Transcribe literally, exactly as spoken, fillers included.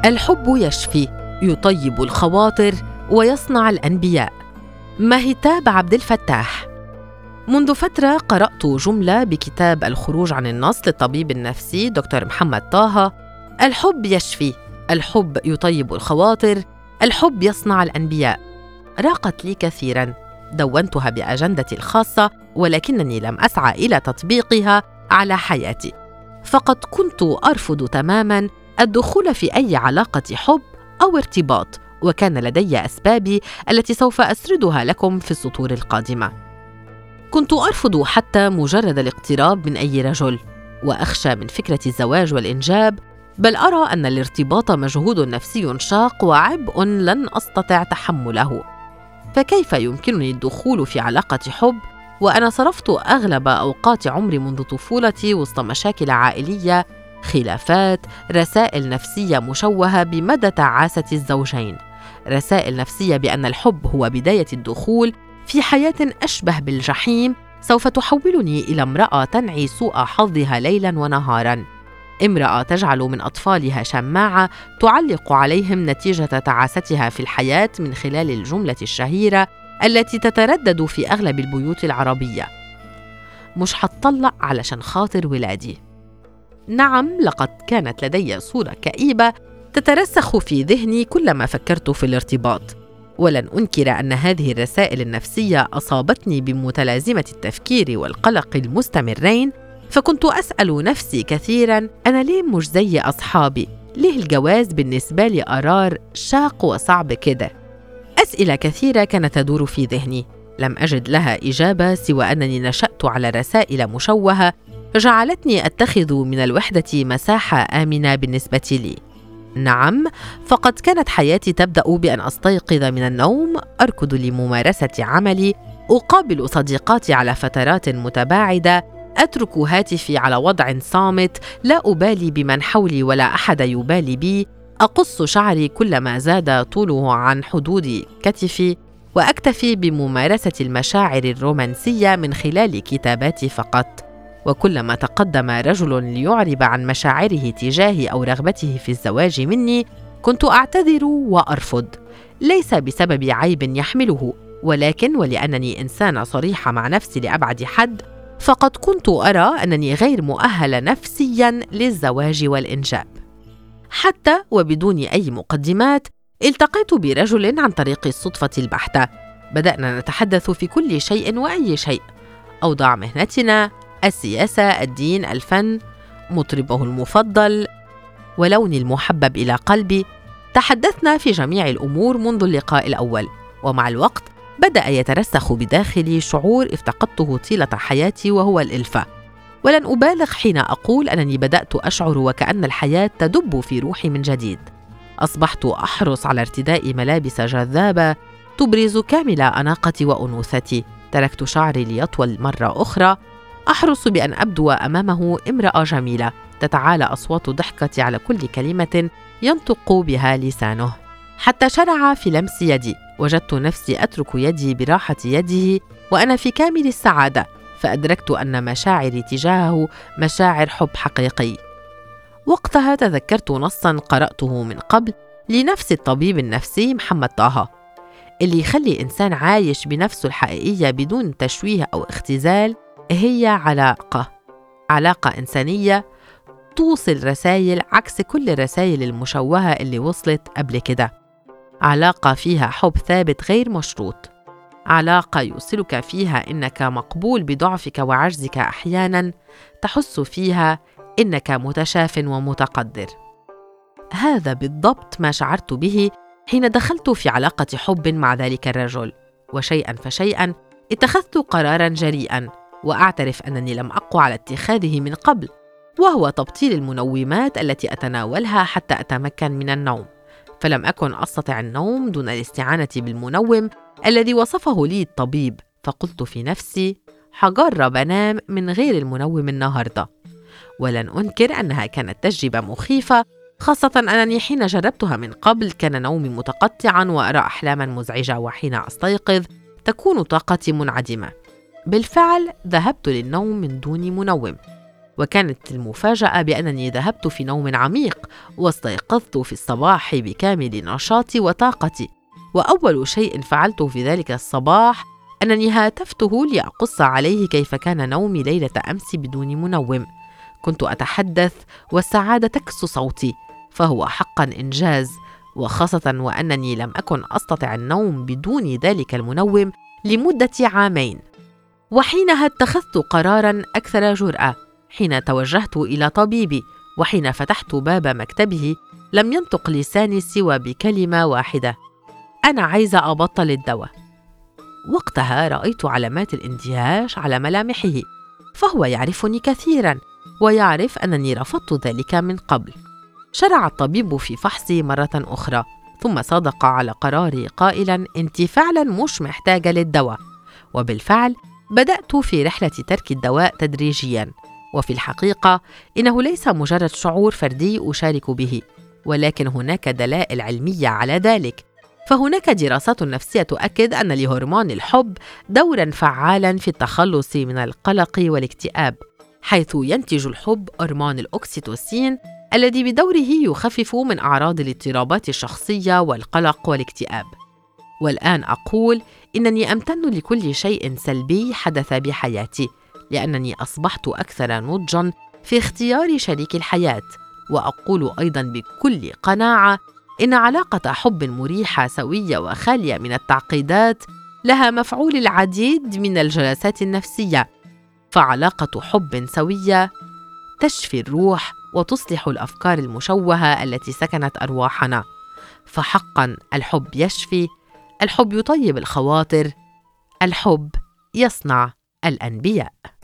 الحب يشفي، يطيب الخواطر، ويصنع الأنبياء. مهتاب عبد الفتاح. منذ فترة قرأت جملة بكتاب الخروج عن النص للطبيب النفسي دكتور محمد طه: الحب يشفي، الحب يطيب الخواطر، الحب يصنع الأنبياء. راقت لي كثيراً، دونتها بأجندتي الخاصة، ولكنني لم أسعى إلى تطبيقها على حياتي، فقد كنت أرفض تماماً الدخول في أي علاقة حب أو ارتباط، وكان لدي أسبابي التي سوف أسردها لكم في السطور القادمة. كنت أرفض حتى مجرد الاقتراب من أي رجل، وأخشى من فكرة الزواج والإنجاب، بل أرى أن الارتباط مجهود نفسي شاق وعبء لن أستطع تحمله. فكيف يمكنني الدخول في علاقة حب وأنا صرفت أغلب أوقات عمري منذ طفولتي وسط مشاكل عائلية، خلافات، رسائل نفسية مشوهة بمدى تعاسة الزوجين، رسائل نفسية بأن الحب هو بداية الدخول في حياة أشبه بالجحيم سوف تحولني إلى امرأة تنعي سوء حظها ليلاً ونهاراً، امرأة تجعل من أطفالها شماعة تعلق عليهم نتيجة تعاستها في الحياة من خلال الجملة الشهيرة التي تتردد في أغلب البيوت العربية: مش هتطلق علشان خاطر ولادي. نعم، لقد كانت لدي صورة كئيبة تترسخ في ذهني كلما فكرت في الارتباط، ولن أنكر أن هذه الرسائل النفسية أصابتني بمتلازمة التفكير والقلق المستمرين. فكنت أسأل نفسي كثيراً: أنا ليه مش زي أصحابي؟ ليه الجواز بالنسبة لي قرار شاق وصعب كده؟ أسئلة كثيرة كانت تدور في ذهني، لم أجد لها إجابة سوى أنني نشأت على رسائل مشوهة جعلتني أتخذ من الوحدة مساحة آمنة بالنسبة لي. نعم، فقد كانت حياتي تبدأ بأن أستيقظ من النوم، أركض لممارسة عملي، أقابل صديقاتي على فترات متباعدة، أترك هاتفي على وضع صامت، لا أبالي بمن حولي ولا أحد يبالي بي، أقص شعري كلما زاد طوله عن حدود كتفي، وأكتفي بممارسة المشاعر الرومانسية من خلال كتاباتي فقط. وكلما تقدم رجل ليعرب عن مشاعره تجاهي أو رغبته في الزواج مني، كنت أعتذر وأرفض، ليس بسبب عيب يحمله، ولكن ولأنني إنسانة صريحة مع نفسي لأبعد حد، فقد كنت أرى أنني غير مؤهلة نفسياً للزواج والإنجاب. حتى وبدون أي مقدمات التقيت برجل عن طريق الصدفة البحتة، بدأنا نتحدث في كل شيء وأي شيء: أوضاع مهنتنا، السياسة، الدين، الفن، مطربه المفضل ولوني المحبب إلى قلبي. تحدثنا في جميع الأمور منذ اللقاء الأول، ومع الوقت بدأ يترسخ بداخلي شعور افتقدته طيلة حياتي، وهو الإلفة. ولن أبالغ حين أقول أنني بدأت أشعر وكأن الحياة تدب في روحي من جديد. أصبحت أحرص على ارتداء ملابس جذابة تبرز كامل أناقتي وأنوثتي، تركت شعري ليطول مرة أخرى، أحرص بأن أبدو أمامه امرأة جميلة تتعالى أصوات ضحكتي على كل كلمة ينطق بها لسانه. حتى شرع في لمس يدي، وجدت نفسي أترك يدي براحة يده وأنا في كامل السعادة، فأدركت أن مشاعري تجاهه مشاعر حب حقيقي. وقتها تذكرت نصاً قرأته من قبل لنفس الطبيب النفسي محمد طه: اللي يخلي إنسان عايش بنفسه الحقيقية بدون تشويه أو اختزال هي علاقة علاقة إنسانية توصل رسائل عكس كل الرسائل المشوهة اللي وصلت قبل كده، علاقة فيها حب ثابت غير مشروط، علاقة يوصلك فيها إنك مقبول بضعفك وعجزك أحياناً، تحس فيها إنك متشاف ومتقدر. هذا بالضبط ما شعرت به حين دخلت في علاقة حب مع ذلك الرجل، وشيئاً فشيئاً اتخذت قراراً جريئاً، وأعترف أنني لم أقوى على اتخاذه من قبل، وهو تبطيل المنومات التي أتناولها حتى أتمكن من النوم. فلم أكن أستطع النوم دون الاستعانة بالمنوم الذي وصفه لي الطبيب، فقلت في نفسي: حجرب أنام من غير المنوم النهاردة. ولن أنكر أنها كانت تجربة مخيفة، خاصة أنني حين جربتها من قبل كان نومي متقطعا وأرى أحلاما مزعجة، وحين أستيقظ تكون طاقتي منعدمة. بالفعل ذهبت للنوم من دون منوم، وكانت المفاجأة بأنني ذهبت في نوم عميق واستيقظت في الصباح بكامل نشاطي وطاقتي. وأول شيء فعلته في ذلك الصباح أنني هاتفته لأقص عليه كيف كان نومي ليلة أمس بدون منوم. كنت أتحدث والسعادة تكس صوتي، فهو حقا إنجاز، وخاصة وأنني لم أكن أستطع النوم بدون ذلك المنوم لمدة عامين. وحينها اتخذت قراراً أكثر جرأة، حين توجهت إلى طبيبي، وحين فتحت باب مكتبه لم ينطق لساني سوى بكلمة واحدة: أنا عايزة أبطل الدواء. وقتها رأيت علامات الاندهاش على ملامحه، فهو يعرفني كثيراً ويعرف أنني رفضت ذلك من قبل. شرع الطبيب في فحصي مرة أخرى، ثم صادق على قراري قائلاً: أنت فعلاً مش محتاجة للدواء. وبالفعل بدأت في رحلة ترك الدواء تدريجياً. وفي الحقيقة إنه ليس مجرد شعور فردي أشارك به، ولكن هناك دلائل علمية على ذلك. فهناك دراسات نفسية تؤكد أن لهرمون الحب دورا فعالا في التخلص من القلق والاكتئاب، حيث ينتج الحب هرمون الأكسيتوسين الذي بدوره يخفف من أعراض الاضطرابات الشخصية والقلق والاكتئاب. والآن أقول إنني أمتن لكل شيء سلبي حدث بحياتي، لأنني أصبحت أكثر نضجاً في اختيار شريك الحياة. وأقول أيضاً بكل قناعة إن علاقة حب مريحة سوية وخالية من التعقيدات لها مفعول العديد من الجلسات النفسية، فعلاقة حب سوية تشفي الروح وتصلح الأفكار المشوهة التي سكنت أرواحنا. فحقاً الحب يشفي، الحب يطيب الخواطر، الحب يصنع الأنبياء.